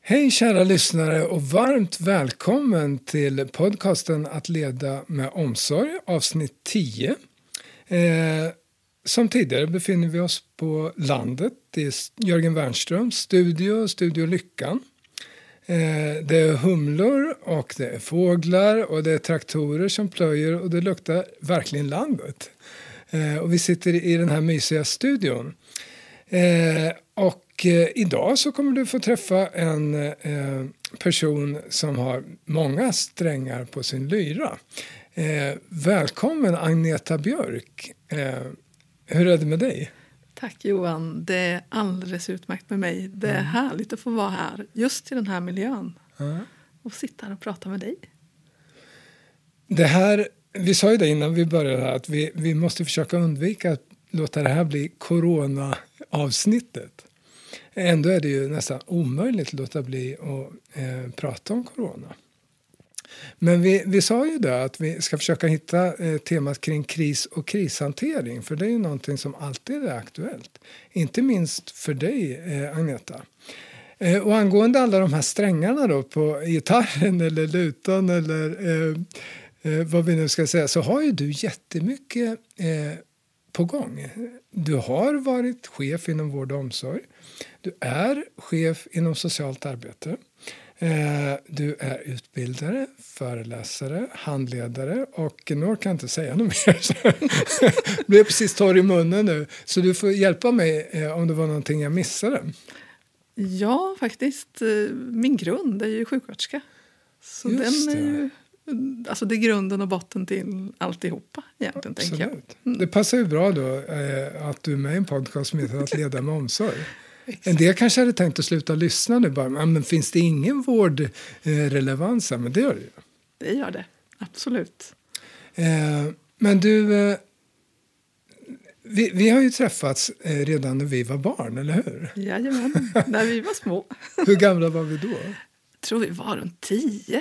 Hej kära lyssnare och varmt välkommen till podcasten Att leda med omsorg, avsnitt 10. Som tidigare befinner vi oss på landet. Det är Jörgen Wernströms studio Lyckan. Det är humlor och det är fåglar och det är traktorer som plöjer och det luktar verkligen landet. Och vi sitter i den här mysiga studion. Och idag så kommer du få träffa en person som har många strängar på sin lyra. Välkommen Agneta Björk. Hur är det med dig? Tack Johan, det är alldeles utmärkt med mig. Det är härligt att få vara här, just i den här miljön. Och sitta här och prata med dig. Det här, vi sa ju det innan vi började att vi måste försöka undvika att låta det här bli corona-avsnittet. Ändå är det ju nästan omöjligt att låta bli att prata om corona. Men vi sa ju det att vi ska försöka hitta temat kring kris och krishantering. För det är ju någonting som alltid är aktuellt. Inte minst för dig, Agneta. Och angående alla de här strängarna då på gitarren eller lutan eller vad vi nu ska säga, så har ju du jättemycket på gång. Du har varit chef inom vård och omsorg. Du är chef inom socialt arbete. Du är utbildare, föreläsare, handledare och nu kan jag inte säga något mer. Jag blev precis torr i munnen nu. Så du får hjälpa mig om det var någonting jag missade. Ja, faktiskt. Min grund är ju sjuksköterska. Så Just den är ju... Alltså det är grunden och botten till alltihopa egentligen, tänker jag. Det passar ju bra då att du är med i en podcast som heter Att leda med omsorg. En del kanske hade tänkt att sluta lyssna nu bara, men finns det ingen vårdrelevans här? Men det gör det ju. Det gör det, absolut. Men du, vi har ju träffats redan när vi var barn, eller hur? Jajamän, när vi var små. Hur gamla var vi då? Jag tror vi var runt 10.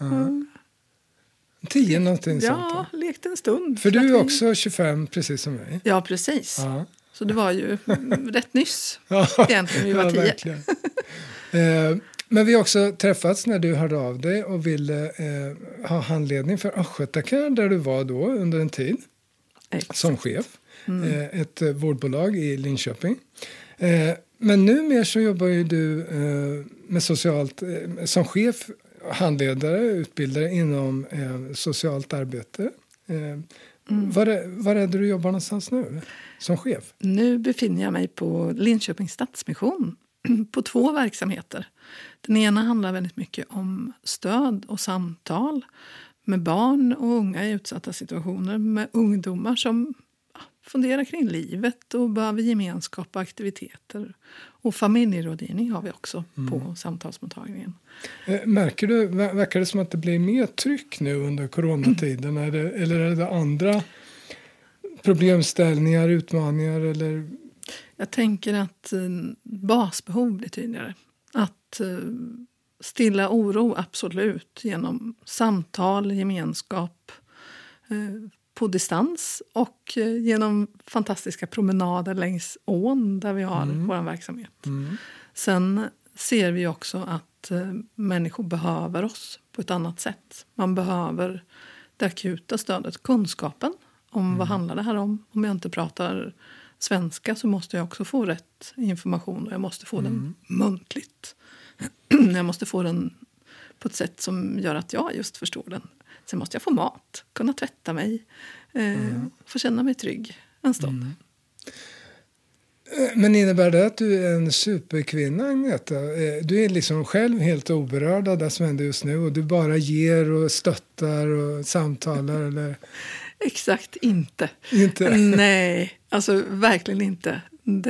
10 någonting sånt. Ja, lekte en stund. För du är också 25 precis som mig. Ja, precis. Ja. Så det var ju rätt nyss egentligen vi var 10. Verkligen. Men vi har också träffats när du hörde av dig och ville ha handledning för Östgötakär där du var då under en tid. Exakt. Som chef. Ett vårdbolag i Linköping. Men numera så jobbar ju du med socialt, som chef, handledare, utbildare inom socialt arbete. Var är det du jobbar någonstans nu som chef? Nu befinner jag mig på Linköpings Stadsmission på 2 verksamheter. Den ena handlar väldigt mycket om stöd och samtal med barn och unga i utsatta situationer. Med ungdomar som funderar kring livet och behöver gemenskap och aktiviteter. Och familjerådgivning har vi också på samtalsmottagningen. Verkar det som att det blir mer tryck nu under coronatiden? Eller är det andra problemställningar, utmaningar? Eller? Jag tänker att basbehov blir tydligare. Att stilla oro, absolut, genom samtal, gemenskap på distans och genom fantastiska promenader längs ån där vi har vår verksamhet. Sen ser vi också att människor behöver oss på ett annat sätt. Man behöver det akuta stödet, kunskapen om vad handlar det här om. Om jag inte pratar svenska så måste jag också få rätt information och jag måste få den muntligt. Jag måste få den på ett sätt som gör att jag just förstår den. Sen måste jag få mat, kunna tvätta mig, få känna mig trygg en stund. Men innebär det att du är en superkvinna, Agneta? Du är liksom själv helt oberörd av det som händer just nu och du bara ger och stöttar och samtalar, eller? Exakt inte. Inte? Nej, alltså verkligen inte.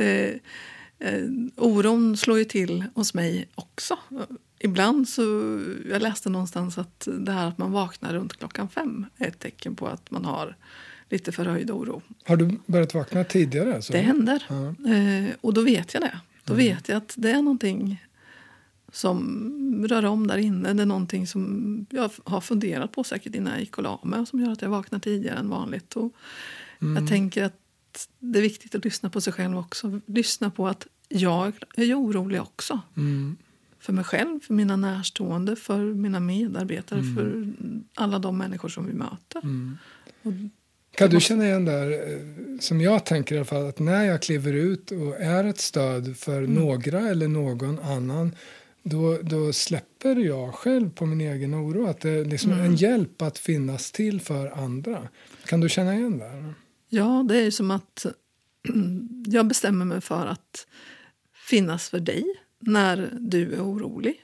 Oron slår ju till hos mig också. Ibland så, jag läste någonstans att det här att man vaknar runt 5:00 är ett tecken på att man har lite förhöjd oro. Har du börjat vakna tidigare? Alltså? Det händer. Och då vet jag det. Då vet jag att det är någonting som rör om där inne. Det är någonting som jag har funderat på säkert innan jag gick och la mig och som gör att jag vaknar tidigare än vanligt. Och jag tänker att det är viktigt att lyssna på sig själv också. Lyssna på att jag är ju orolig också. för mig själv, för mina närstående, för mina medarbetare, för alla de människor som vi möter. Och kan du känna igen där, som jag tänker i alla fall, att när jag kliver ut och är ett stöd för några eller någon annan, då släpper jag själv på min egen oro. Att det är liksom en hjälp att finnas till för andra. Kan du känna igen det? Ja, det är ju som att jag bestämmer mig för att finnas för dig när du är orolig.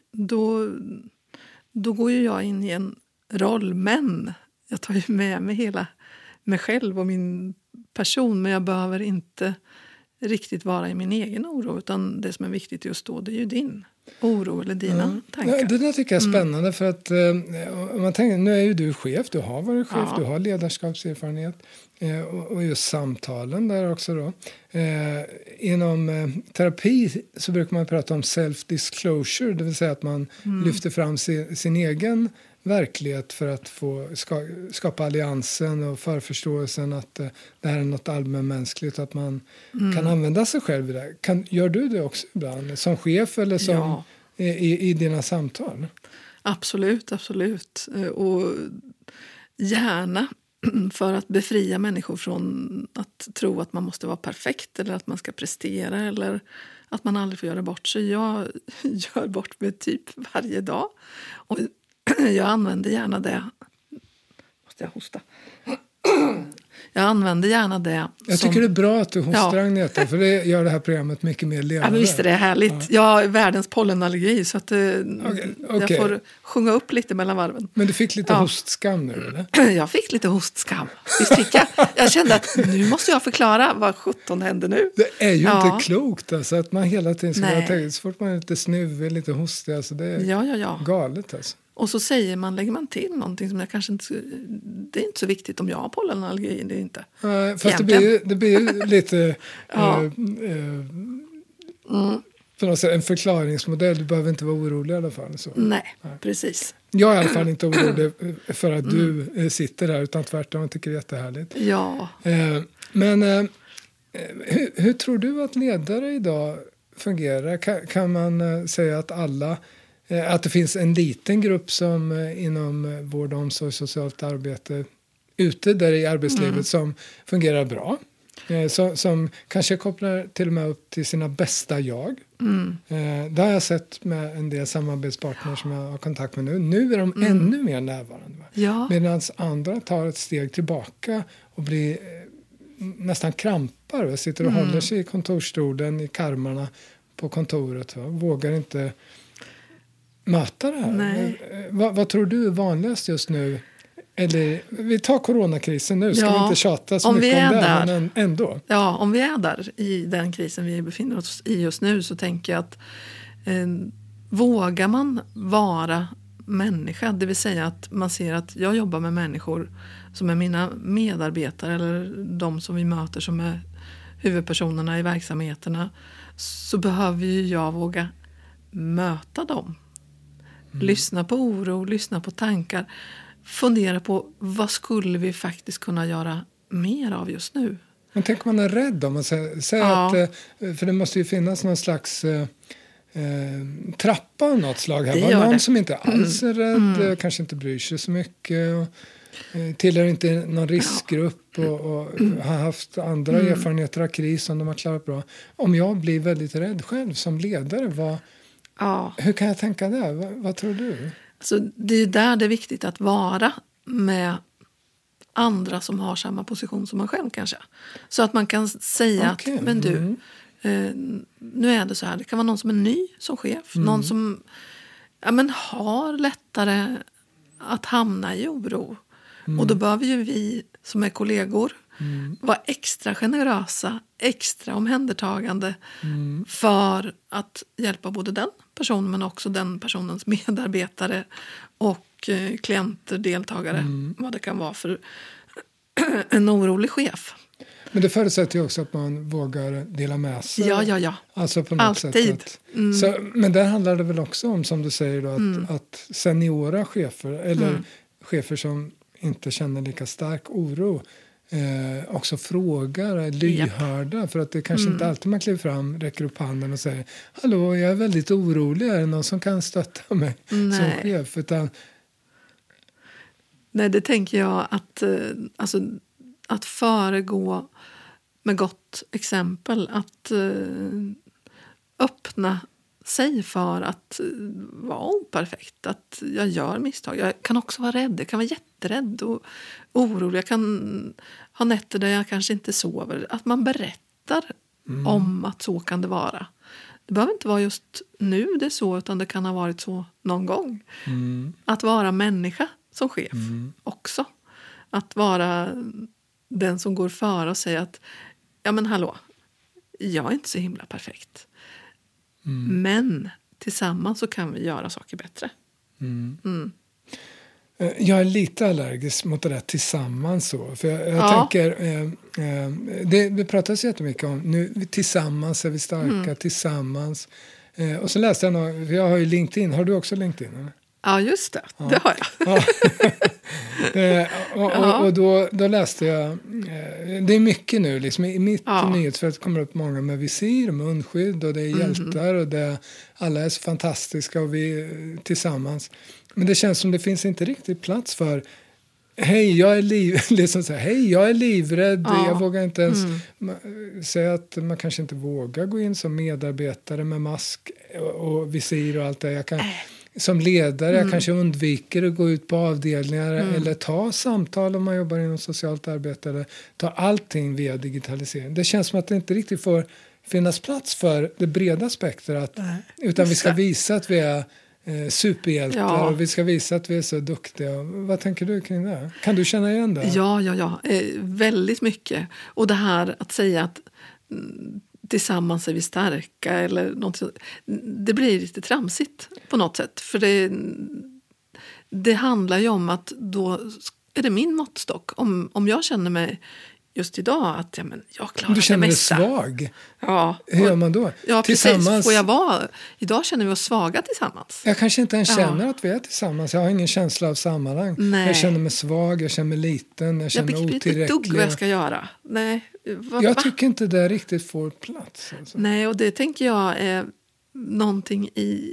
Då går ju jag in i en roll, men jag tar ju med mig hela mig själv och min person, men jag behöver inte riktigt vara i min egen oro, utan det som är viktigt just då, det är ju din oro eller dina tankar. Ja, det där tycker jag är spännande, för att om man tänker, nu är ju du chef, du har varit chef, du har ledarskapserfarenhet och just samtalen där också då. Inom terapi så brukar man prata om self-disclosure, det vill säga att man lyfter fram sin egen verklighet för att få skapa alliansen och förförståelsen att det här är något allmänmänskligt, att man kan använda sig själv i det. Gör du det också ibland som chef eller som i dina samtal? Absolut. Och gärna för att befria människor från att tro att man måste vara perfekt eller att man ska prestera eller att man aldrig får göra bort sig. Jag gör bort mig typ varje dag. Och jag använder gärna det. Måste jag hosta? Jag använder gärna det. Jag tycker det är bra att du hostar, Agneta, för det gör det här programmet mycket mer levande. Ja, men visst är det härligt. Ja. Jag har världens pollenallergi, så att jag får sjunga upp lite mellan varven. Men du fick lite hostskam nu, eller? Jag fick lite hostskam. Visst fick jag. Jag kände att nu måste jag förklara vad 17 händer nu. Det är ju inte klokt alltså, att man hela tiden ska vara tänkt. Så fort man är lite snuvig, lite hostig, alltså det är galet alltså. Och så lägger man till någonting som jag kanske inte... Det är inte så viktigt om jag har pollenallergi, det är inte. Fast det blir ju lite... För något sätt, en förklaringsmodell. Du behöver inte vara orolig i alla fall. Så. Nej, precis. Jag är i alla fall inte orolig för att du sitter här, utan tvärtom. Jag tycker det är jättehärligt. Ja. Men hur tror du att ledare idag fungerar? Kan man säga att att det finns en liten grupp som inom vård, omsorg, socialt arbete ute där i arbetslivet som fungerar bra. Som kanske kopplar till och med upp till sina bästa jag. Det har jag sett med en del samarbetspartners som jag har kontakt med nu. Nu är de ännu mer närvarande. Ja. Medan andra tar ett steg tillbaka och blir nästan krampar. Sitter och håller sig i kontorsstolen, i karmarna på kontoret. Vågar inte möta det här. Nej. Vad tror du är vanligast just nu? Eller vi tar coronakrisen nu, ska vi inte tjata så mycket om det, men ändå. Ja, om vi är där i den krisen vi befinner oss i just nu, så tänker jag att vågar man vara människa, det vill säga att man ser att jag jobbar med människor som är mina medarbetare eller de som vi möter som är huvudpersonerna i verksamheterna, så behöver ju jag våga möta dem. Lyssna på oro, lyssna på tankar. Fundera på vad skulle vi faktiskt kunna göra mer av just nu. Men tänk om man är rädd om man säger att, för det måste ju finnas någon slags trappa av något slag här. Någon som inte alls är rädd, kanske inte bryr sig så mycket och tillhör inte någon riskgrupp och har haft andra erfarenheter av kris som de har klarat bra. Om jag blir väldigt rädd själv som ledare, hur kan jag tänka där? Vad tror du? Alltså, det är där det är viktigt att vara med andra som har samma position som man själv kanske. Så att man kan säga att, men du, nu är det så här. Det kan vara någon som är ny som chef. Någon som har lättare att hamna i oro. Och då behöver ju vi som är kollegor vara extra generösa, extra omhändertagande för att hjälpa både den personen men också den personens medarbetare och klienter, deltagare, vad det kan vara för en orolig chef. Men det förutsätter ju också att man vågar dela med sig. Ja. Alltså på något alltid. Sätt men där handlar det väl också om, som du säger då, att seniora chefer eller chefer som inte känner lika stark oro också frågar, är lyhörda. För att det kanske inte alltid man kliver fram, räcker upp handen och säger hallå, jag är väldigt orolig, är det någon som kan stötta mig som chef? Utan... Nej, det tänker jag att föregå med gott exempel, att öppna sig för att vara operfekt, att jag gör misstag. Jag kan också vara rädd, jag kan vara jätterädd och orolig. Jag kan ha nätter där jag kanske inte sover. Att man berättar om att så kan det vara. Det behöver inte vara just nu det är så, utan det kan ha varit så någon gång. Att vara människa som chef också. Att vara den som går före och säger att ja men hallå, jag är inte så himla perfekt. Men tillsammans så kan vi göra saker bättre. Jag är lite allergisk mot det där tillsammans. Så. För jag tänker, det pratas jättemycket om nu tillsammans är vi starka, tillsammans. Och så läste jag något, jag har ju LinkedIn. Har du också LinkedIn? Eller? Ja, just det. Ja. Det har jag. Och då läste jag... Det är mycket nu. Liksom, i mitt nyhetsfält kommer upp många med visir och munskydd. Och det är hjältar och alla är så fantastiska och vi tillsammans. Men det känns som det finns inte riktigt plats för... Hej, jag är livrädd. Jag vågar inte ens säga att man kanske inte vågar gå in som medarbetare med mask och visir och allt det. Jag kan... Som ledare jag kanske undviker att gå ut på avdelningar eller ta samtal om man jobbar inom socialt arbete eller ta allting via digitalisering. Det känns som att det inte riktigt får finnas plats för det breda spektrat utan vi ska visa att vi är superhjältar och vi ska visa att vi är så duktiga. Vad tänker du kring det? Kan du känna igen det? Ja. Väldigt mycket. Och det här att säga att tillsammans är vi starka eller något, det blir lite tramsigt på något sätt. För det handlar ju om att då är det min måttstock. Om jag känner mig just idag att jag klarar du känner det mesta. dig svag? Ja. Hur gör man då? Ja, tillsammans. Precis. Får jag vara? Idag känner vi oss svaga tillsammans. Jag kanske inte ens känner att vi är tillsammans. Jag har ingen känsla av sammanhang. Nej. Jag känner mig svag, jag känner mig liten, jag känner mig otillräcklig. Jag vet inte vad jag ska göra. Nej. Jag tycker inte det riktigt får plats. Alltså. Nej, och det tänker jag är någonting i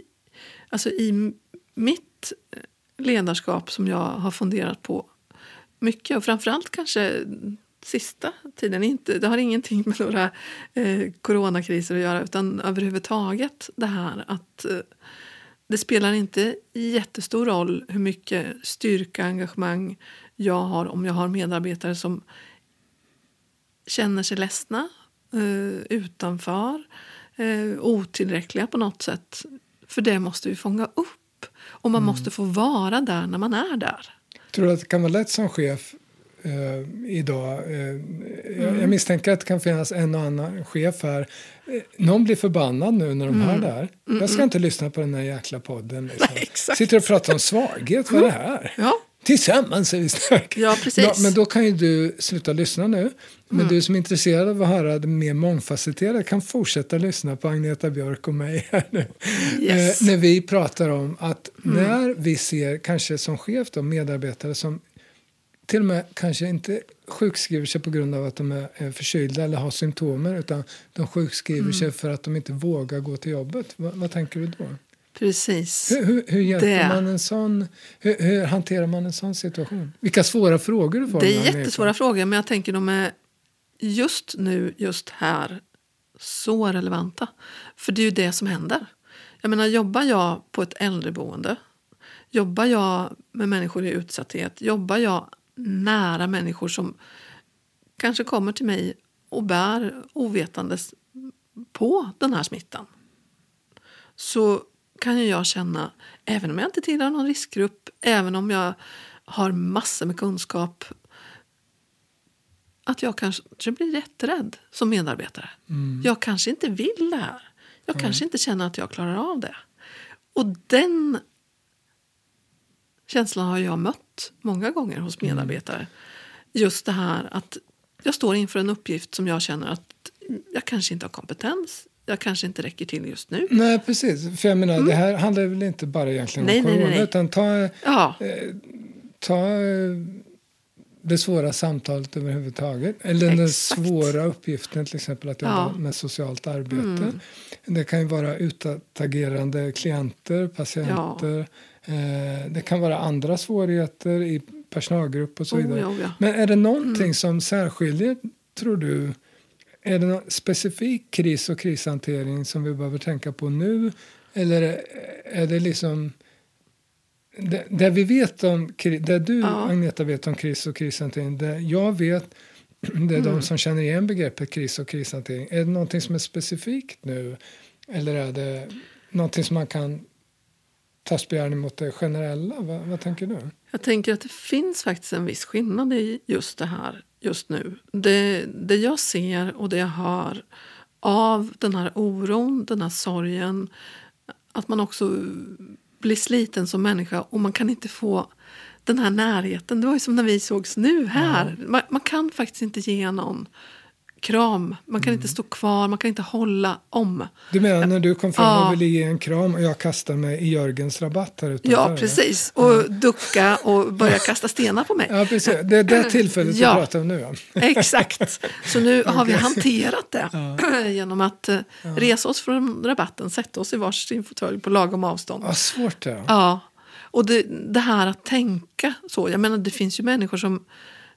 mitt ledarskap som jag har funderat på mycket. Och framförallt kanske sista tiden. Det har ingenting med några coronakriser att göra utan överhuvudtaget det här att det spelar inte jättestor roll hur mycket styrka, engagemang jag har om jag har medarbetare som känner sig ledsna, utanför, otillräckliga på något sätt. För det måste vi fånga upp. Och man måste få vara där när man är där. Tror du att det kan vara lätt som chef idag? Jag misstänker att det kan finnas en och annan chef här. Någon blir förbannad nu när de hör det här. Jag ska inte lyssna på den här jäkla podden. Liksom. Nej, exakt. Sitter och pratar om svaghet. Vad är det här? Ja. Tillsammans är vi starka. Ja, precis. Men då kan ju du sluta lyssna nu. Men du som är intresserad av att höra det mer mångfacetterade kan fortsätta lyssna på Agneta Björk och mig här nu. Yes. När vi pratar om att när vi ser, kanske som chef då, medarbetare som till och med kanske inte sjukskriver sig på grund av att de är förkylda eller har symptomer utan de sjukskriver sig för att de inte vågar gå till jobbet. Vad tänker du då? Precis. Hur hjälper man en sån? Hur hanterar man en sån situation? Vilka svåra frågor du får. Det är jättesvåra frågor, men jag tänker de är just nu, just här så relevanta. För det är ju det som händer. Jag menar, jobbar jag på ett äldreboende, jobbar jag med människor i utsatthet, jobbar jag nära människor som kanske kommer till mig och bär ovetandes på den här smittan, så kan ju jag känna, även om jag inte tillhör någon riskgrupp, även om jag har massor med kunskap, att jag kanske blir jätterädd som medarbetare. Jag kanske inte vill det här. Jag kanske inte känner att jag klarar av det. Och den känslan har jag mött många gånger hos medarbetare. Just det här att jag står inför en uppgift som jag känner att jag kanske inte har kompetens. Jag kanske inte räcker till just nu. Nej, precis. För jag menar, det här handlar väl inte bara egentligen om corona. Utan ta det svåra samtalet överhuvudtaget. Eller den svåra uppgiften, till exempel att jobba med socialt arbete. Det kan ju vara utagerande klienter, patienter. Det kan vara andra svårigheter i personalgrupp och så vidare. Men är det någonting som särskiljer, tror du? Är det någon specifik kris och krishantering som vi behöver tänka på nu? Eller är det liksom... Det vi vet om, det du Agneta vet om kris och krishantering, det jag vet, det är de som känner igen begreppet kris och krishantering. Är det någonting som är specifikt nu? Eller är det någonting som man kan ta spjärn mot det generella? Vad tänker du? Jag tänker att det finns faktiskt en viss skillnad i just det här just nu. Det jag ser och det jag hör av den här oron, den här sorgen, att man också blir sliten som människa och man kan inte få den här närheten. Det var ju som när vi sågs nu här. Man kan faktiskt inte ge någon kram. Man kan inte stå kvar, man kan inte hålla om. Du menar när du kom fram och ville ge en kram och jag kastade mig i Jörgens rabatt här utanför? Ja, precis. Och ducka och börja kasta stenar på mig. Ja, precis. Det är det tillfället vi pratar om nu. Ja. Exakt. Så nu har vi hanterat det genom att resa oss från rabatten, sätta oss i varsin fåtölj på lagom avstånd. Vad svårt det är. Ja. Och det här att tänka så. Jag menar, det finns ju människor som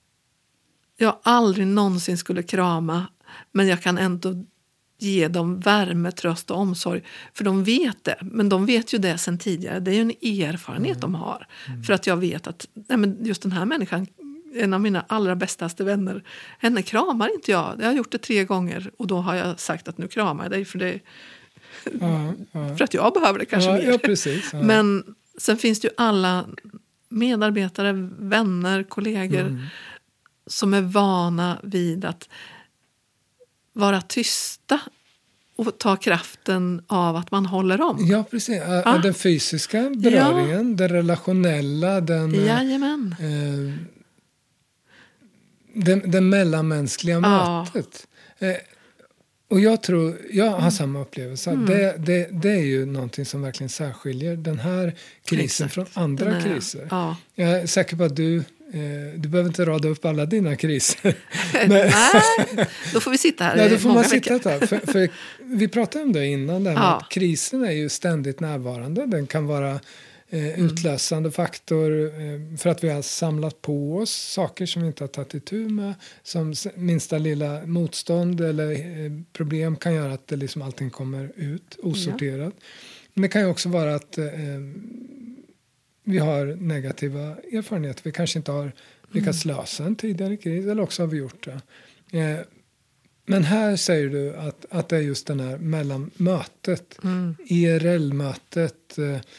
jag aldrig någonsin skulle krama, men jag kan ändå ge dem värme, tröst och omsorg. För de vet det, men de vet ju det sedan tidigare. Det är ju en erfarenhet de har. För att jag vet att just den här människan, en av mina allra bästaste vänner, henne kramar inte jag. Jag har gjort det 3 gånger och då har jag sagt att nu kramar jag dig för det för att jag behöver det kanske mer. Ja, precis. Ja. Men sen finns det ju alla medarbetare, vänner, kollegor som är vana vid att vara tysta och ta kraften av att man håller om. Ja, precis. Den fysiska beröringen, den relationella, den mellanmänskliga mötet. Och jag har samma upplevelse. Det är ju någonting som verkligen särskiljer den här krisen från andra kriser. Ja. Jag är säker på att du behöver inte rada upp alla dina kriser. Nej, då får vi sitta här då får många man sitta där. För vi pratade om det innan. Att krisen är ju ständigt närvarande. Den kan vara utlösande faktor för att vi har samlat på oss saker som vi inte har tagit itu med. Som minsta lilla motstånd eller problem kan göra att det liksom allting kommer ut osorterat. Men det kan ju också vara att vi har negativa erfarenheter. Vi kanske inte har lyckats lösa en tidigare kris, eller också har vi gjort det. Men här säger du att det är just den här mellanmötet, IRL-mötet,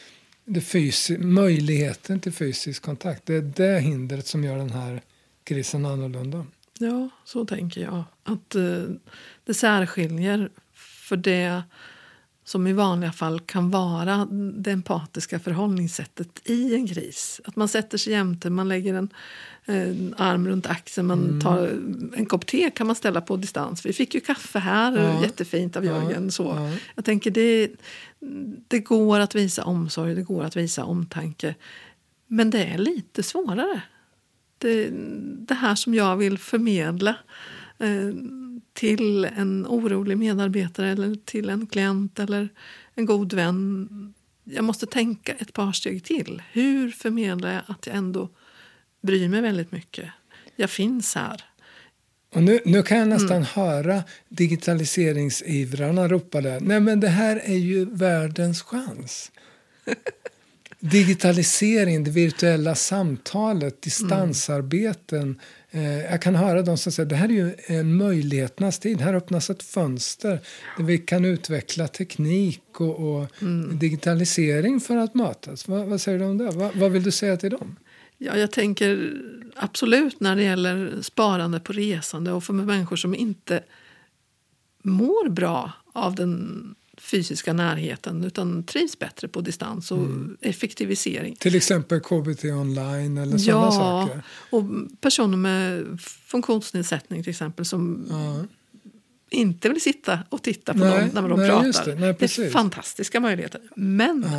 möjligheten till fysisk kontakt. Det är det hindret som gör den här krisen annorlunda. Ja, så tänker jag. Att det särskiljer för det som i vanliga fall kan vara det empatiska förhållningssättet i en kris. Att man sätter sig jämte, man lägger en arm runt axeln, man tar en kopp te kan man ställa på distans. Vi fick ju kaffe här, jättefint av Jörgen. Så. Jag tänker det går att visa omsorg, det går att visa omtanke. Men det är lite svårare. Det här som jag vill förmedla till en orolig medarbetare eller till en klient eller en god vän. Jag måste tänka ett par steg till. Hur förmedlar jag att jag ändå bryr mig väldigt mycket? Jag finns här. Och nu kan jag nästan höra digitaliseringsivrarna ropa där. Nej, men det här är ju världens chans. Digitalisering, det virtuella samtalet, distansarbeten. Jag kan höra de som säger det här är ju en möjligheternas tid. Här öppnas ett fönster där vi kan utveckla teknik och digitalisering för att mötas. Vad säger du om det? Vad vill du säga till dem? Ja, jag tänker absolut när det gäller sparande på resande och för människor som inte mår bra av den fysiska närheten utan trivs bättre på distans och effektivisering. Till exempel KBT online eller sådana saker. Och personer med funktionsnedsättning till exempel som inte vill sitta och titta på någon när de pratar. Just det. Nej, det är fantastiska möjligheter. Men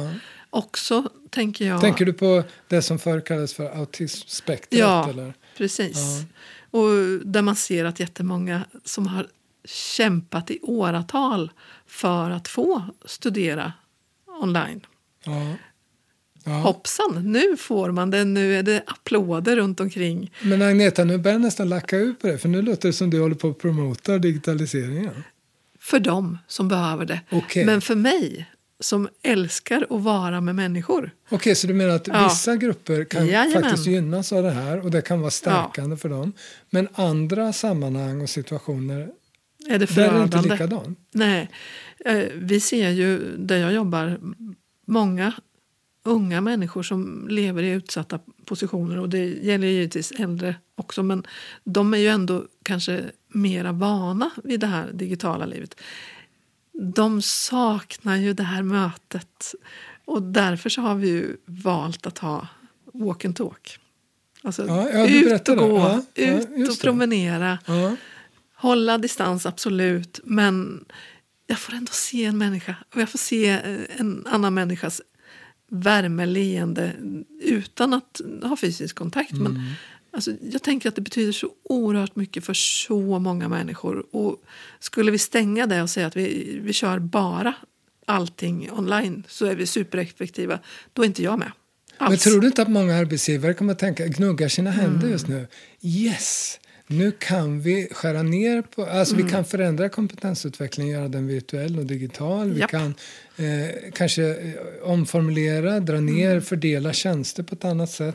också, tänker jag... Tänker du på det som förr kallades för autismspektrat? Ja, eller? Precis. Ja. Och där man ser att jättemånga som har kämpat i åratal för att få studera online. Ja. Ja. Hoppsan, nu får man det. Nu är det applåder runt omkring. Men Agneta, nu börjar jag nästan lacka ut på det. För nu låter det som du håller på att promota digitaliseringen. För dem som behöver det. Okay. Men för mig som älskar att vara med människor. Okej, så du menar att vissa grupper kan faktiskt gynnas av det här. Och det kan vara stärkande för dem. Men andra sammanhang och situationer är det förödande. Där är det inte likadant. Nej, vi ser ju där jag jobbar många unga människor som lever i utsatta positioner, och det gäller givetvis äldre också, men de är ju ändå kanske mera vana vid det här digitala livet. De saknar ju det här mötet, och därför så har vi ju valt att ha walk and talk. Alltså ut och gå, ut och promenera, hålla distans absolut, men jag får ändå se en människa, och jag får se en annan människas värme, leende utan att ha fysisk kontakt. Men alltså, jag tänker att det betyder så oerhört mycket för så många människor. Och skulle vi stänga det och säga att vi kör bara allting online, så är vi supereffektiva. Då är inte jag med alls. Men tror du inte att många arbetsgivare kommer att gnugga sina händer just nu? Yes! Nu kan vi skära ner på... Alltså vi kan förändra kompetensutvecklingen, göra den virtuell och digital. Vi kan kanske omformulera, dra ner, fördela tjänster på ett annat sätt.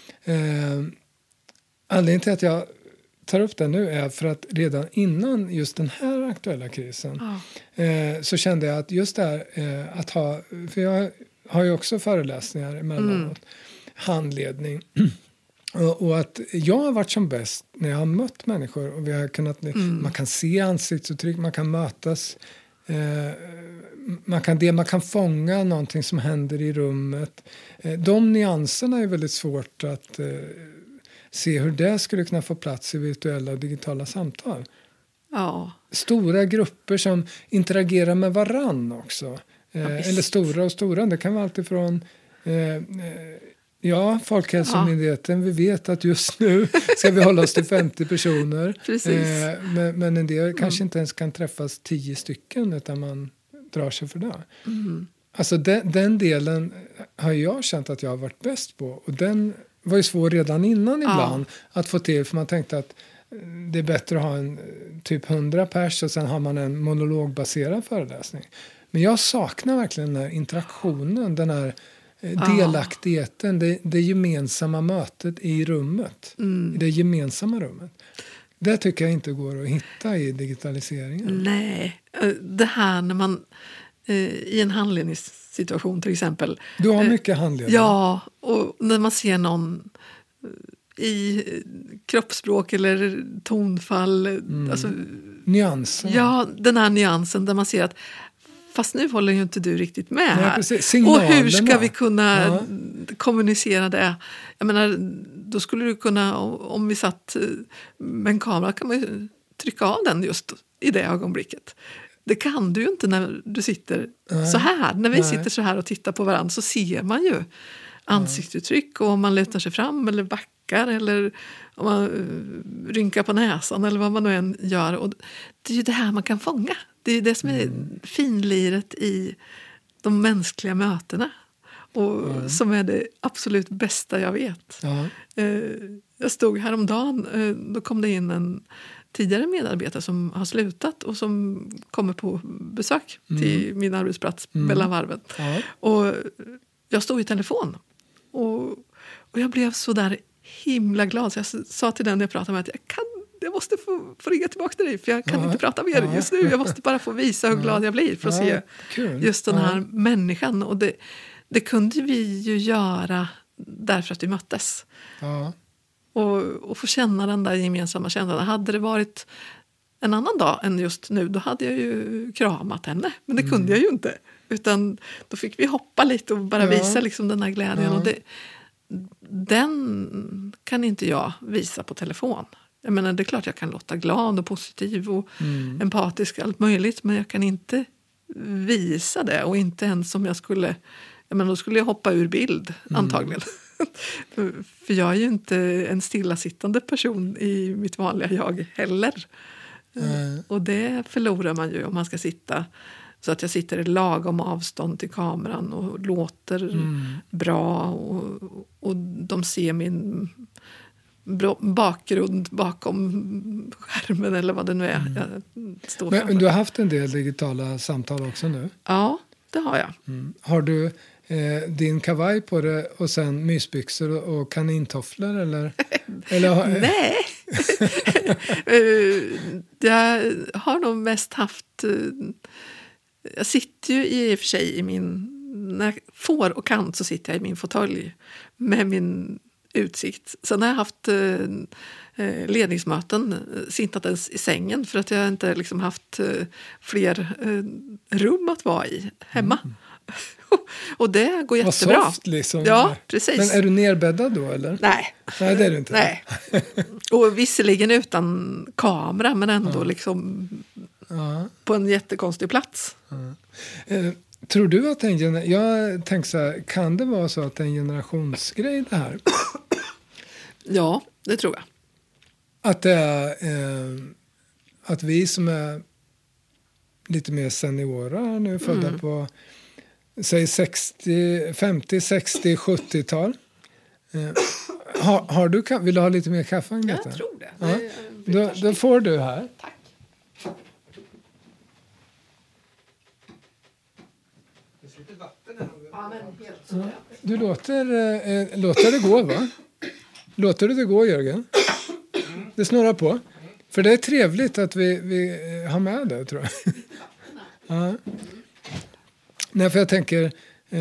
Anledningen till att jag tar upp det nu är för att redan innan just den här aktuella krisen så kände jag att just det här att ha... För jag har ju också föreläsningar emellanåt. Handledning. Och att jag har varit som bäst när jag har mött människor och vi har kunnat, man kan se ansiktsuttryck, man kan mötas, man kan fånga någonting som händer i rummet. De nyanserna är väldigt svårt att se hur det skulle kunna få plats i virtuella och digitala samtal. Ja. Stora grupper som interagerar med varann också. Eller stora och stora, det kan vara allt ifrån... Folkhälsomyndigheten, vi vet att just nu ska vi hålla oss till 50 personer. Men en del kanske inte ens kan träffas 10 stycken utan man drar sig för det. Alltså den delen har jag känt att jag har varit bäst på. Och den var ju svår redan innan ibland att få till, för man tänkte att det är bättre att ha en typ 100 pers och sen har man en monologbaserad föreläsning. Men jag saknar verkligen den här interaktionen, den här delaktigheten, det gemensamma mötet i rummet, i det gemensamma rummet. Det tycker jag inte går att hitta i digitaliseringen. Nej, det här när man i en handledningssituation till exempel. Du har mycket handledning. Ja, och när man ser någon i kroppsspråk eller tonfall. Alltså, nyansen. Ja, den här nyansen där man ser att fast nu håller ju inte du riktigt med här. Och hur ska vi kunna kommunicera det? Jag menar, då skulle du kunna, om vi satt med en kamera kan man ju trycka av den just i det ögonblicket. Det kan du ju inte när du sitter så här. När vi sitter så här och tittar på varandra så ser man ju ansiktsuttryck, och om man lutar sig fram eller backar eller om man rynkar på näsan eller vad man nu än gör. Och det är ju det här man kan fånga. Det är det som är finliret i de mänskliga mötena. Och som är det absolut bästa jag vet. Jag stod häromdagen, då kom det in en tidigare medarbetare som har slutat och som kommer på besök till min arbetsplats mellan varven. Och jag stod i telefon och jag blev så där himla glad, så jag sa till den jag pratade med att jag måste få ringa tillbaka till dig, för jag kan inte prata med er just nu. Jag måste bara få visa hur glad jag blir för att se just den här människan. Och det kunde vi ju göra därför att vi möttes. Och få känna den där gemensamma känslan. Hade det varit en annan dag än just nu, då hade jag ju kramat henne. Men det kunde jag ju inte. Utan då fick vi hoppa lite och bara visa liksom den här glädjen. Och den kan inte jag visa på telefon. Jag menar, det är klart jag kan låta glad och positiv och empatisk, allt möjligt. Men jag kan inte visa det, och inte ens om jag skulle Men då skulle jag hoppa ur bild, antagligen. För jag är ju inte en stillasittande person i mitt vanliga jag heller. Och det förlorar man ju om man ska sitta så att jag sitter i lagom avstånd till kameran och låter bra och de ser min bakgrund bakom skärmen eller vad det nu är. Jag står Men du har haft en del digitala samtal också nu? Ja, det har jag. Har du din kavaj på det och sen mysbyxor och kanintofflor eller Nej. Jag har nog mest haft... Jag sitter ju i och för sig i min... När jag får och kan så sitter jag i min fåtölj med min utsikt. Sen har jag haft ledningsmöten sittandes i sängen för att jag inte liksom haft fler rum att vara i hemma. Och det går jättebra. Vad soft liksom. Ja, precis. Men är du nerbäddad då eller? Nej. Nej, det är du inte. Nej. Och visserligen utan kamera men ändå liksom på en jättekonstig plats. Tror du att jag tänker så här, kan det vara så att det är en generationsgrej det här? Ja, det tror jag. Att det är att vi som är lite mer seniora nu födda på säg 50, 60, 70-tal. Vill du ha lite mer kaffe, Agneta? Jag tror det. Ja. Då får du här. Tack. Det sitter vatten här. Ja, men helt så. Du låter det gå, va? Låter det gå, Jörgen? Det snurrar på. För det är trevligt att vi har med det, tror jag. Ja. Nej, för jag tänker...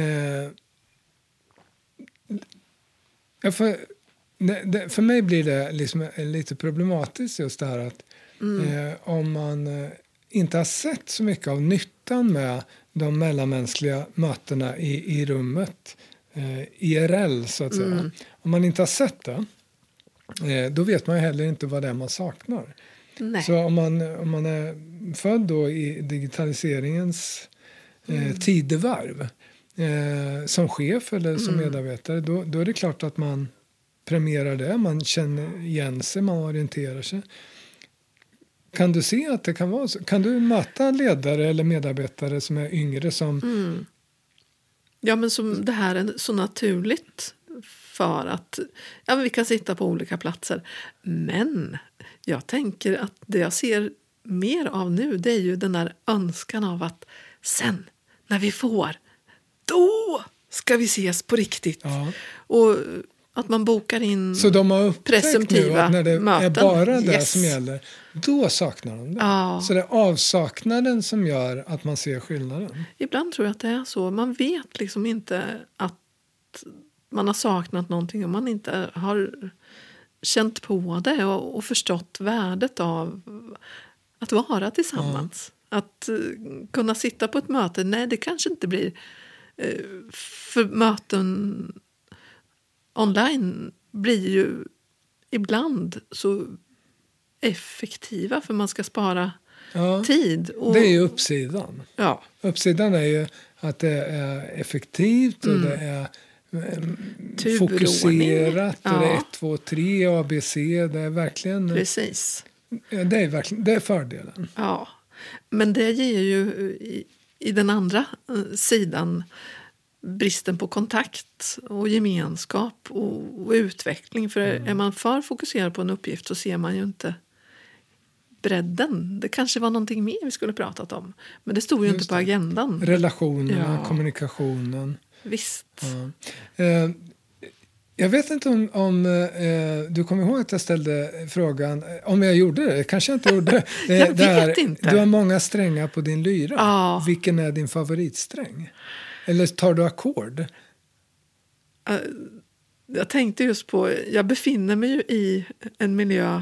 för mig blir det liksom lite problematiskt just det här att om man inte har sett så mycket av nyttan med de mellanmänskliga mötena i rummet, IRL så att säga. Om man inte har sett det, då vet man ju heller inte vad det är man saknar. Nej. Så om man är född då i digitaliseringens tidevarv som chef eller som medarbetare, då är det klart att man premierar det. Man känner igen sig, man orienterar sig. Kan du se att det kan vara så? Kan du möta ledare eller medarbetare som är yngre som... Ja, men som det här är så naturligt för att vi kan sitta på olika platser. Men jag tänker att det jag ser mer av nu, det är ju den där önskan av att sen, när vi får, då ska vi ses på riktigt. Ja. Och att man bokar in så de har upptäckt nu att när det möten. Är bara det som gäller, då saknar de det. Ja. Så det är avsaknaden som gör att man ser skillnaden. Ibland tror jag att det är så. Man vet liksom inte att man har saknat någonting om man inte har känt på det och förstått värdet av att vara tillsammans. Ja. Att kunna sitta på ett möte. Nej, det kanske inte blir för möten online blir ju ibland så effektiva för man ska spara tid. Och, det är ju uppsidan. Ja. Uppsidan är ju att det är effektivt och det är fokuserat och det är 1, 2, 3 ABC. Det är verkligen... Precis. Det är fördelen. Ja, men det ger ju i den andra sidan bristen på kontakt och gemenskap och utveckling. För är man för fokuserad på en uppgift så ser man ju inte bredden. Det kanske var någonting mer vi skulle pratat om. Men det stod ju inte på agendan. Relationerna, kommunikationen. Visst. Ja. Jag vet inte om du kommer ihåg att jag ställde frågan, om jag gjorde det, kanske jag inte gjorde det. Jag vet inte. Du har många strängar på din lyra. Ja. Vilken är din favoritsträng? Eller tar du ackord? Jag tänkte just på, jag befinner mig ju i en miljö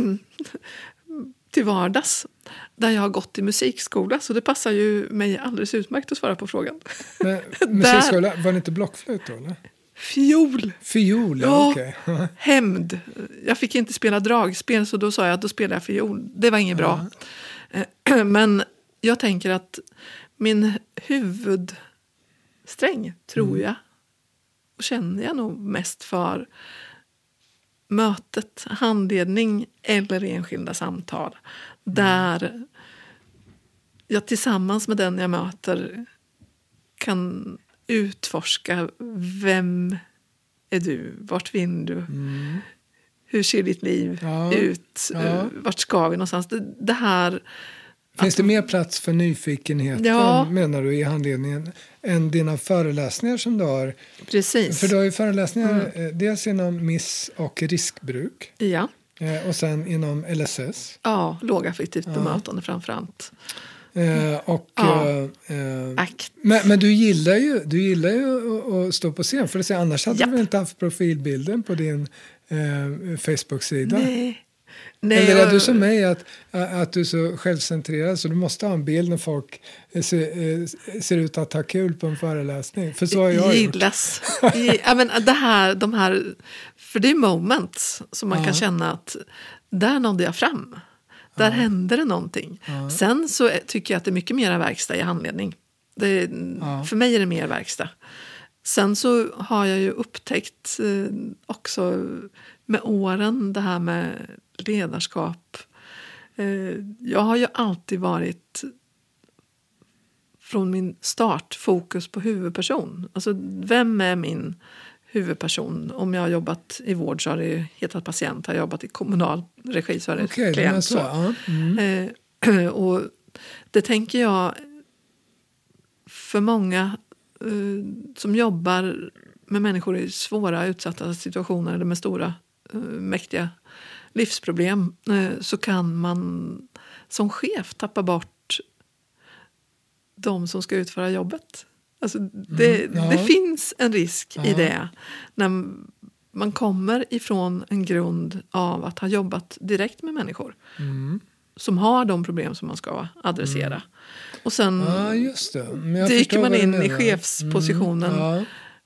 till vardags där jag har gått i musikskola, så det passar ju mig alldeles utmärkt att svara på frågan. Men musikskola, var det inte blockflöjt då, eller? Fiol, ja, okej. Hämnd. Jag fick inte spela dragspel, så då sa jag att då spelar jag fiol. Det var inget bra. Men jag tänker att min sträng, tror jag. Och känner jag nog mest för mötet, handledning eller enskilda samtal. Där jag tillsammans med den jag möter kan utforska vem är du, vart vill du, hur ser ditt liv ut, vart ska vi någonstans. Det här... Finns det mer plats för nyfikenheten, menar du, i handledningen än dina föreläsningar som du har? Precis. För du har ju föreläsningar dels inom miss- och riskbruk. Ja. Och sen inom LSS. Ja, lågaffektivt bemötande framförallt. Men du gillar ju att stå på scen, för det säger, annars hade du väl inte haft profilbilden på din Facebook-sida? Nej, eller är du som mig att du är så självcentrerad så du måste ha en bild när folk ser ut att ha kul på en föreläsning? För så har jag gillas. Men de här, för det är moments som man kan känna att där nådde jag fram. Där hände det någonting. Sen så tycker jag att det är mycket mer verkstad i handledning. För mig är det mer verkstad. Sen så har jag ju upptäckt också med åren det här med ledarskap. Jag har ju alltid varit från min start fokus på huvudperson. Alltså vem är min huvudperson? Om jag har jobbat i vård så har det hetat patient. Har jag jobbat i kommunal regi så har det klient. Så. Och det tänker jag för många som jobbar med människor i svåra utsatta situationer eller med stora mäktiga livsproblem, så kan man som chef tappa bort de som ska utföra jobbet. Alltså det finns en risk i det när man kommer ifrån en grund av att ha jobbat direkt med människor som har de problem som man ska adressera. Och sen just det. dyker man in i chefspositionen.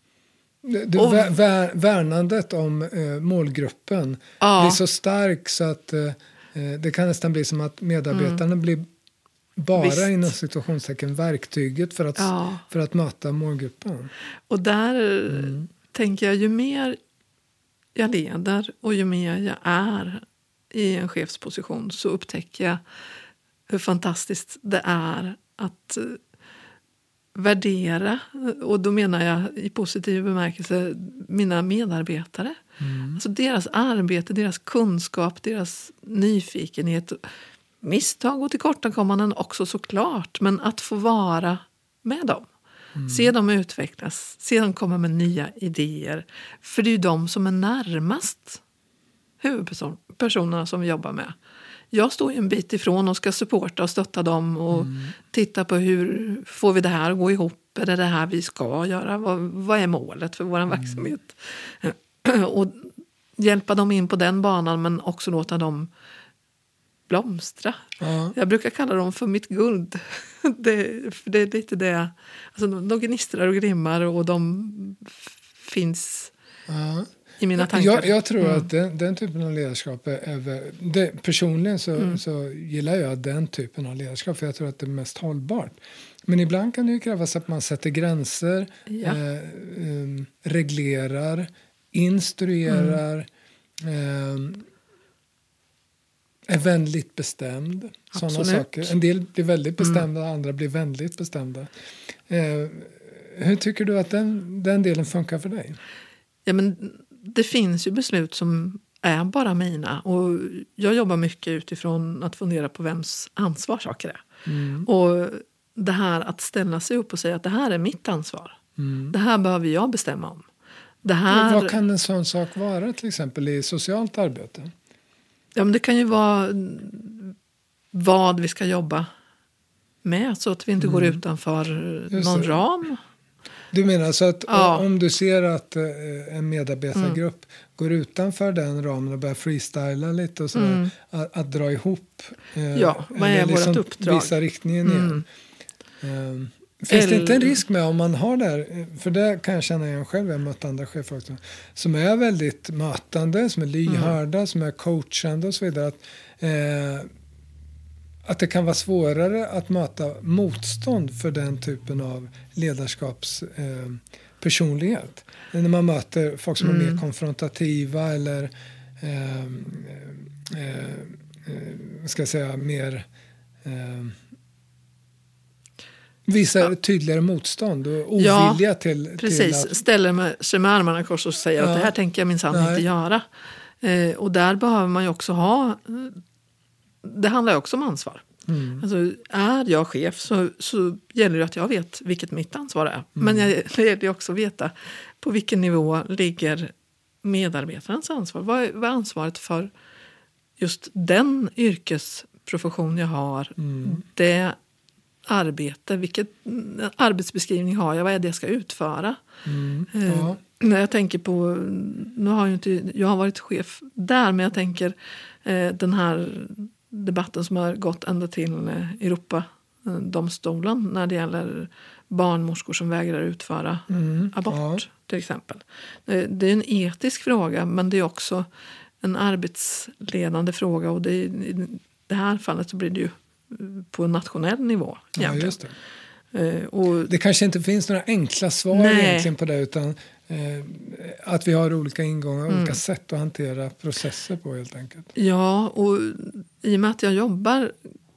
Värnandet om målgruppen blir så stark så att det kan nästan bli som att medarbetarna blir bara inom situationstecken verktyget för att möta målgruppen. Och där tänker jag, ju mer jag leder och ju mer jag är i en chefsposition så upptäcker jag hur fantastiskt det är att värdera, och då menar jag i positiv bemärkelse mina medarbetare. Alltså deras arbete, deras kunskap, deras nyfikenhet, misstag och tillkortakommanden också såklart, men att få vara med dem. Se dem utvecklas, se dem komma med nya idéer, för det är ju de som är närmast huvudpersonerna som vi jobbar med. Jag står ju en bit ifrån och ska supporta och stötta dem och titta på hur får vi det här att gå ihop. Är det här vi ska göra? Vad är målet för vår verksamhet? Och hjälpa dem in på den banan, men också låta dem blomstra. Jag brukar kalla dem för mitt guld. För det är lite det. Alltså, de gnistrar och grimmar och de finns i mina tankar. Jag tror att den typen av ledarskap personligen så gillar jag den typen av ledarskap, för jag tror att det är mest hållbart. Men ibland kan det ju krävas att man sätter gränser, reglerar, instruerar, är väldigt bestämd. Sådana saker. En del blir väldigt bestämda, andra blir väldigt bestämda. Hur tycker du att den delen funkar för dig? Ja, men det finns ju beslut som är bara mina. Och jag jobbar mycket utifrån att fundera på vems ansvar saker är. Och det här att ställa sig upp och säga att det här är mitt ansvar. Det här behöver jag bestämma om. Vad kan en sån sak vara till exempel i socialt arbete? Ja, men det kan ju vara vad vi ska jobba med, så att vi inte går utanför någon ram. Du menar så att om du ser att en medarbetargrupp går utanför den ramen och börjar freestyla lite och sådär, att dra ihop vad är vårt uppdrag? Visa riktningen igen. Finns det inte en risk med om man har där, för det kan jag känna igen själv, jag har mött andra chefer också, som är väldigt mötande, som är lyhörda, som är coachande och så vidare, att det kan vara svårare att möta motstånd för den typen av ledarskapspersonlighet. När man möter folk som är mer konfrontativa eller ska jag säga mer visar tydligare motstånd och ovilja till precis. Att... Ställer sig med armarna i kors och säger att det här tänker jag minsann inte göra. Och där behöver man ju också ha... Det handlar ju också om ansvar. Alltså, är jag chef så gäller det att jag vet vilket mitt ansvar är. Men det gäller också att veta på vilken nivå ligger medarbetarens ansvar. Vad är ansvaret för just den yrkesprofession jag har? Det arbete, vilket arbetsbeskrivning har jag? Vad är det jag ska utföra? När jag tänker på, nu har jag har varit chef där, men jag tänker den här debatten som har gått ända till Europadomstolen när det gäller barnmorskor som vägrar utföra abort till exempel. Det är en etisk fråga, men det är också en arbetsledande fråga, och i det här fallet så blir det ju på en nationell nivå. Ja, just det. Och det kanske inte finns några enkla svar egentligen på det, utan att vi har olika ingångar, olika sätt att hantera processer på helt enkelt. Ja, och i och med att jag jobbar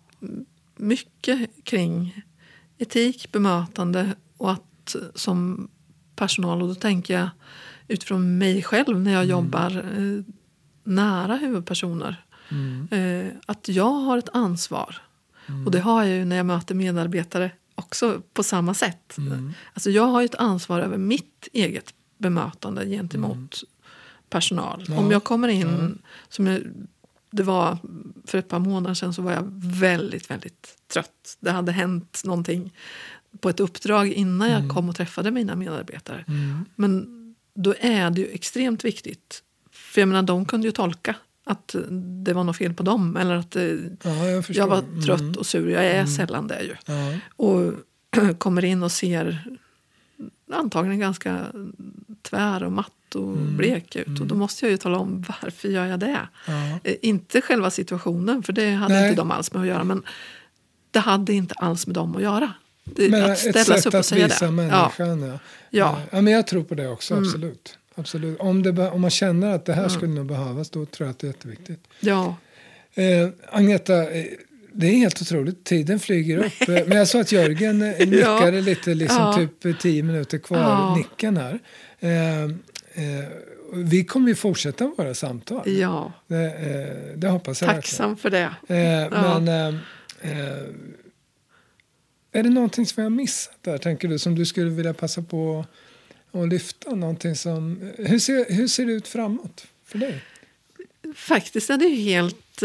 mycket kring etik, bemötande och att som personal, och då tänker jag utifrån mig själv när jag jobbar nära huvudpersoner, att jag har ett ansvar. Och det har jag ju när jag möter medarbetare också på samma sätt. Alltså jag har ju ett ansvar över mitt eget bemötande gentemot personal. Om jag kommer in, det var för ett par månader sedan, så var jag väldigt, väldigt trött. Det hade hänt någonting på ett uppdrag innan jag kom och träffade mina medarbetare. Men då är det ju extremt viktigt. För jag menar, de kunde ju tolka att det var något fel på dem, eller att jag var trött och sur. Jag är sällan det ju. Och kommer in och ser antagligen ganska tvär och matt och blek ut. Och då måste jag ju tala om varför gör jag det. Inte själva situationen, för det hade inte de alls med att göra. Men det hade inte alls med dem att göra. Men att ställa sig upp och säga det. Människan, ja, men jag tror på det också, absolut. Absolut. Om man känner att det här skulle nog behövas, då tror jag att det är jätteviktigt. Ja. Agneta, det är helt otroligt. Tiden flyger upp. Men jag sa att Jörgen nickade lite, liksom typ 10 minuter kvar nicken här. Vi kommer ju fortsätta våra samtal. Ja. Det hoppas jag. Tacksam för det. Men är det någonting som jag har missat där, tänker du, som du skulle vilja passa på och lyfta någonting som... Hur ser det ut framåt för dig? Faktiskt är det helt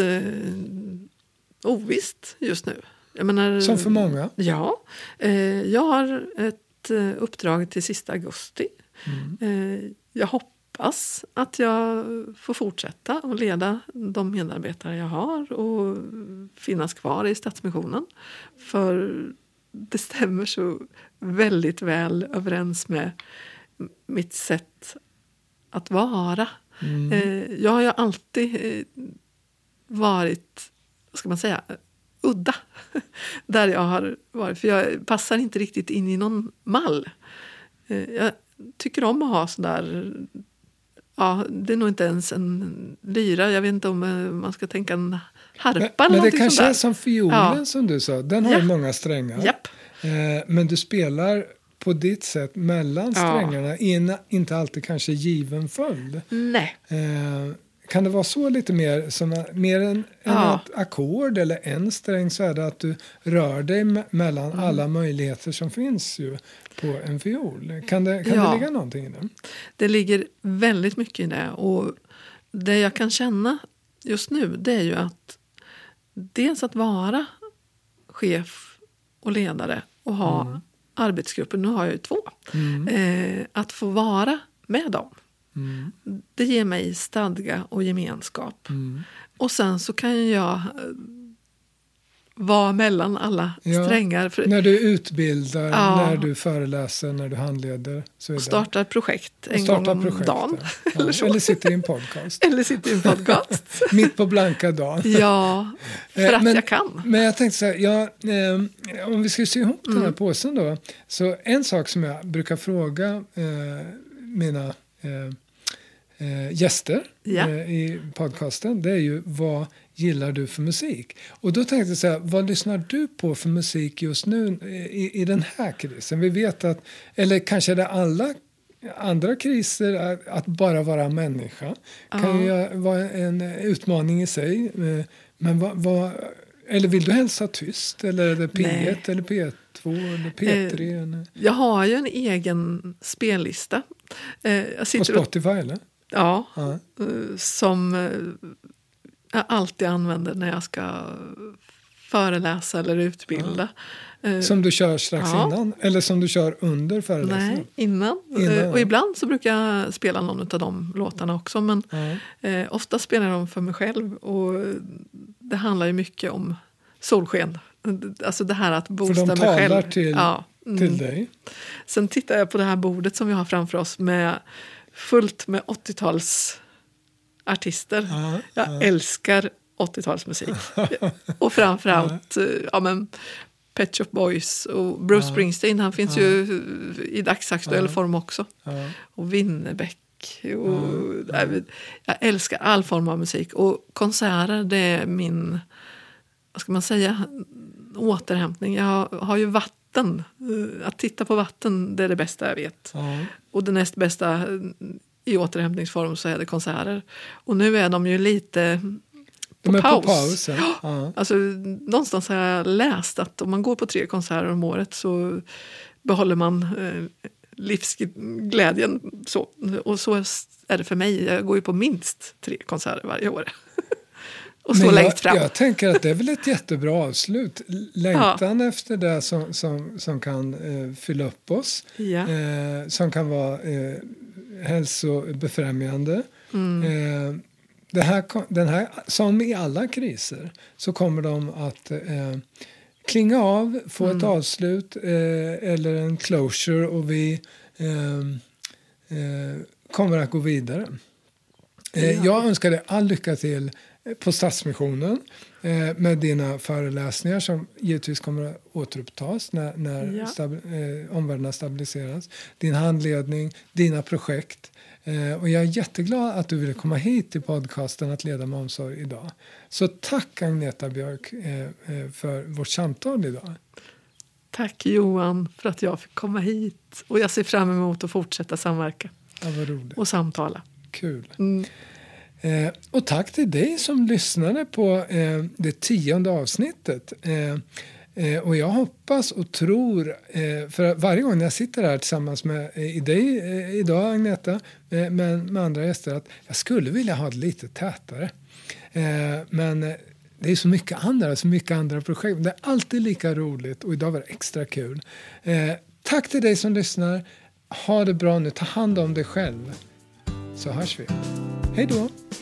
ovisst just nu. Jag menar, som för många? Ja. Jag har ett uppdrag till sista augusti. Jag hoppas att jag får fortsätta och leda de medarbetare jag har och finnas kvar i Stadsmissionen. För det stämmer så väldigt väl överens med mitt sätt att vara. Jag har ju alltid varit, vad ska man säga, udda där jag har varit. För jag passar inte riktigt in i någon mall. Jag tycker om att ha sådär, det är nog inte ens en lyra. Jag vet inte om man ska tänka en harpa eller men det kanske sådär. är som fiolen som du sa. Den har ju många strängar. Japp. Men du spelar på ditt sätt mellan strängarna i en inte alltid kanske given följd. Nej. Kan det vara så lite mer som mer än ett ackord eller en sträng, så är det att du rör dig mellan alla möjligheter som finns ju på en fiol. Kan det ligga någonting i det? Det ligger väldigt mycket i det, och det jag kan känna just nu, det är ju att dels att vara chef och ledare och ha arbetsgrupper, nu har jag ju 2. Att få vara med dem. Det ger mig stadga och gemenskap. Och sen så kan jag vara mellan alla strängar. För, när du utbildar, när du föreläser, när du handleder. Så startar projekt en gång om dagen. Ja. Eller sitter i en podcast. Mitt på blanka dagen. Ja, för att jag kan. Men jag tänkte så här, om vi ska sy ihop den här påsen då. Så en sak som jag brukar fråga mina gäster i podcasten, det är ju vad gillar du för musik? Och då tänkte jag så här, vad lyssnar du på för musik just nu i den här krisen? Vi vet att, eller kanske är det alla andra kriser, att bara vara människa kan ju vara en utmaning i sig. Men eller vill du hälsa tyst? Eller är det P1 eller P2 eller P3? Jag har ju en egen spellista. På Spotify eller? Ja, som jag alltid använder när jag ska föreläsa eller utbilda. Som du kör strax innan? Eller som du kör under föreläsningen? Nej, innan. Och ibland så brukar jag spela någon av de låtarna också. Men ofta spelar jag dem för mig själv. Och det handlar ju mycket om solsken. Alltså det här att boosta mig själv. För de talar till dig. Sen tittar jag på det här bordet som vi har framför oss med fullt med 80-talsartister. Jag älskar 80-talsmusik. Och framförallt Pet Shop Boys och Bruce Springsteen. Han finns ju i dagsaktuell form också. Och Winnerbäck. Jag älskar all form av musik. Och konserter, det är min, vad ska man säga, återhämtning. Jag har ju vatten. Att titta på vatten, det är det bästa jag vet. Och det näst bästa i återhämtningsform så är det konserter. Och nu är de ju lite på paus. Alltså, någonstans har jag läst att om man går på 3 konserter om året så behåller man livsglädjen. Och så är det för mig. Jag går ju på minst 3 konserter varje år. Och så längst fram. Jag tänker att det är väl ett jättebra avslut. Längtan efter det som kan fylla upp oss. Som kan vara hälsobefrämjande. Den här, som i alla kriser, så kommer de att klinga av, få ett avslut eller en closure, och vi kommer att gå vidare. Jag önskar dig all lycka till på Stadsmissionen med dina föreläsningar som givetvis kommer att återupptas när omvärlden stabiliseras. Din handledning, dina projekt. Och jag är jätteglad att du ville komma hit till podcasten Att leda med omsorg idag. Så tack Agneta Björk för vårt samtal idag. Tack Johan för att jag fick komma hit. Och jag ser fram emot att fortsätta samverka. Ja, vad roligt. Och samtala. Kul. Och tack till dig som lyssnade på det 10:e avsnittet. Och jag hoppas och tror, för varje gång jag sitter här tillsammans med dig idag Agneta, med andra gäster, att jag skulle vilja ha det lite tätare. Men det är så mycket andra projekt. Det är alltid lika roligt, och idag var det extra kul. Tack till dig som lyssnar. Ha det bra nu. Ta hand om dig själv. Så hörs vi. Hej då!